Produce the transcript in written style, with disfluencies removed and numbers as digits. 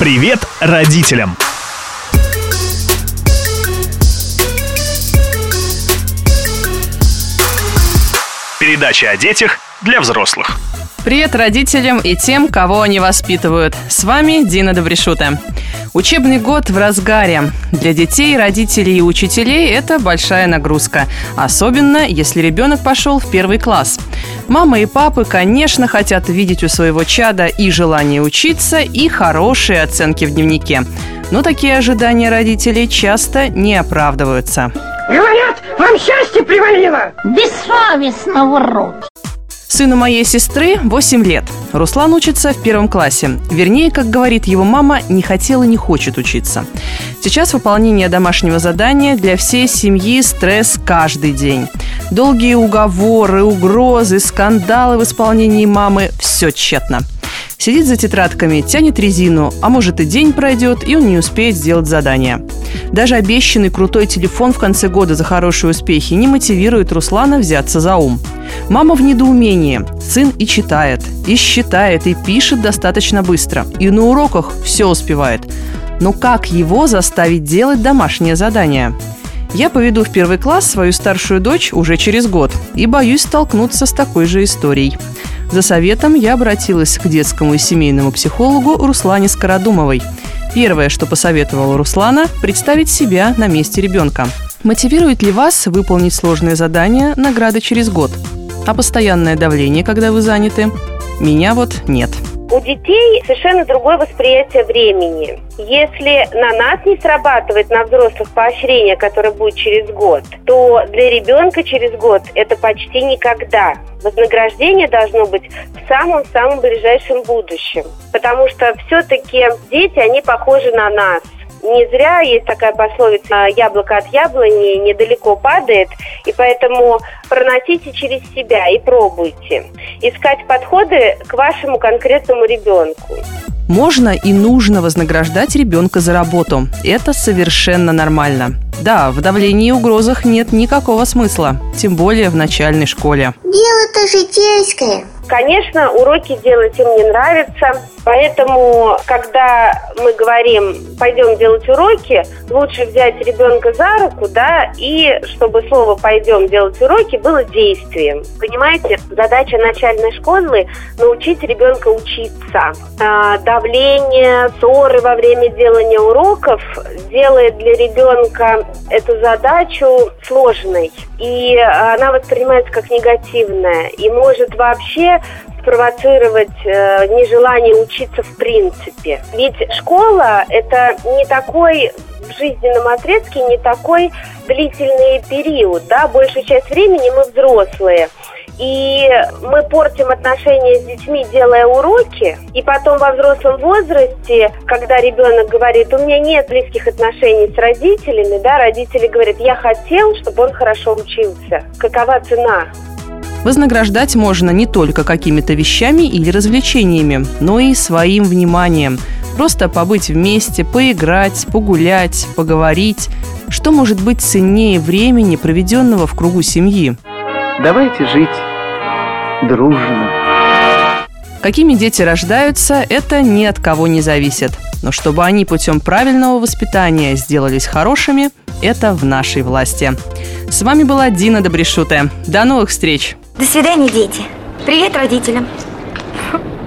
Привет родителям! Передача о детях для взрослых. Привет родителям и тем, кого они воспитывают. С вами Дина Добришута. Учебный год в разгаре. Для детей, родителей и учителей это большая нагрузка. Особенно, если ребенок пошел в 1 класс. Мамы и папы, конечно, хотят видеть у своего чада и желание учиться, и хорошие оценки в дневнике. Но такие ожидания родителей часто не оправдываются. Говорят, вам счастье привалило! Бессовестно урод! Сыну моей сестры 8 лет. Руслан учится в 1 классе. Вернее, как говорит его мама, не хотел и не хочет учиться. Сейчас выполнение домашнего задания для всей семьи стресс каждый день. Долгие уговоры, угрозы, скандалы в исполнении мамы – все тщетно. Сидит за тетрадками, тянет резину, а может и день пройдет, и он не успеет сделать задание. Даже обещанный крутой телефон в конце года за хорошие успехи не мотивирует Руслана взяться за ум. Мама в недоумении. Сын и читает, и считает, и пишет достаточно быстро. И на уроках все успевает. Но как его заставить делать домашнее задание? Я поведу в 1 класс свою старшую дочь уже через год и боюсь столкнуться с такой же историей. За советом я обратилась к детскому и семейному психологу Руслане Скородумовой. Первое, что посоветовала Руслана – представить себя на месте ребенка. Мотивирует ли вас выполнить сложные задания награда через год? А постоянное давление, когда вы заняты? Меня вот нет. У детей совершенно другое восприятие времени. Если на нас не срабатывает, на взрослых, поощрение, которое будет через год, то для ребенка через год это почти никогда. Вознаграждение должно быть в самом-самом ближайшем будущем. Потому что все-таки дети, они похожи на нас. Не зря есть такая пословица «яблоко от яблони недалеко падает», и поэтому проносите через себя и пробуйте. Искать подходы к вашему конкретному ребенку. Можно и нужно вознаграждать ребенка за работу. Это совершенно нормально. Да, в давлении и угрозах нет никакого смысла, тем более в начальной школе. Дело-то житейское. Конечно, уроки делать им не нравится, поэтому, когда мы говорим «пойдем делать уроки», лучше взять ребенка за руку, и чтобы слово «пойдем делать уроки» было действием. Понимаете, задача начальной школы – научить ребенка учиться. Давление, ссоры во время делания уроков делает для ребенка эту задачу сложной, и она воспринимается как негативная, и может вообще спровоцировать нежелание учиться в принципе. Ведь школа – это не такой в жизненном отрезке, не такой длительный период, большую часть времени мы взрослые. И мы портим отношения с детьми, делая уроки, и потом во взрослом возрасте, когда ребенок говорит, у меня нет близких отношений с родителями, родители говорят, я хотел, чтобы он хорошо учился. Какова цена? Вознаграждать можно не только какими-то вещами или развлечениями, но и своим вниманием. Просто побыть вместе, поиграть, погулять, поговорить. Что может быть ценнее времени, проведенного в кругу семьи? Давайте жить дружно. Какими дети рождаются, это ни от кого не зависит. Но чтобы они путем правильного воспитания сделались хорошими, это в нашей власти. С вами была Дина Добришута. До новых встреч! До свидания, дети. Привет родителям.